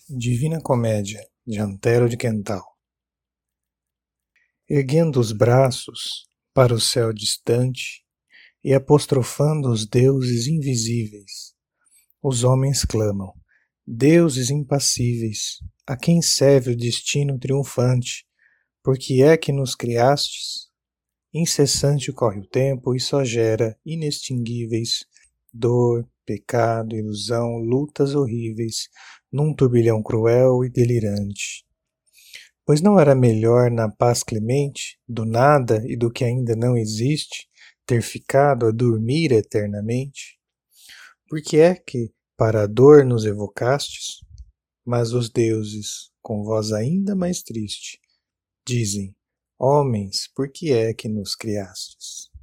Divina Comédia, de Antero de Quental. Erguendo os braços para o céu distante e apostrofando os deuses invisíveis, os homens clamam: deuses impassíveis, a quem serve o destino triunfante? Por que é que nos criastes? Incessante corre o tempo e só gera inextinguíveis dor, pecado, ilusão, lutas horríveis, num turbilhão cruel e delirante. Pois não era melhor na paz clemente, do nada e do que ainda não existe, ter ficado a dormir eternamente? Por que é que para a dor nos evocastes? Mas os deuses, com voz ainda mais triste, dizem: homens, por que é que nos criastes?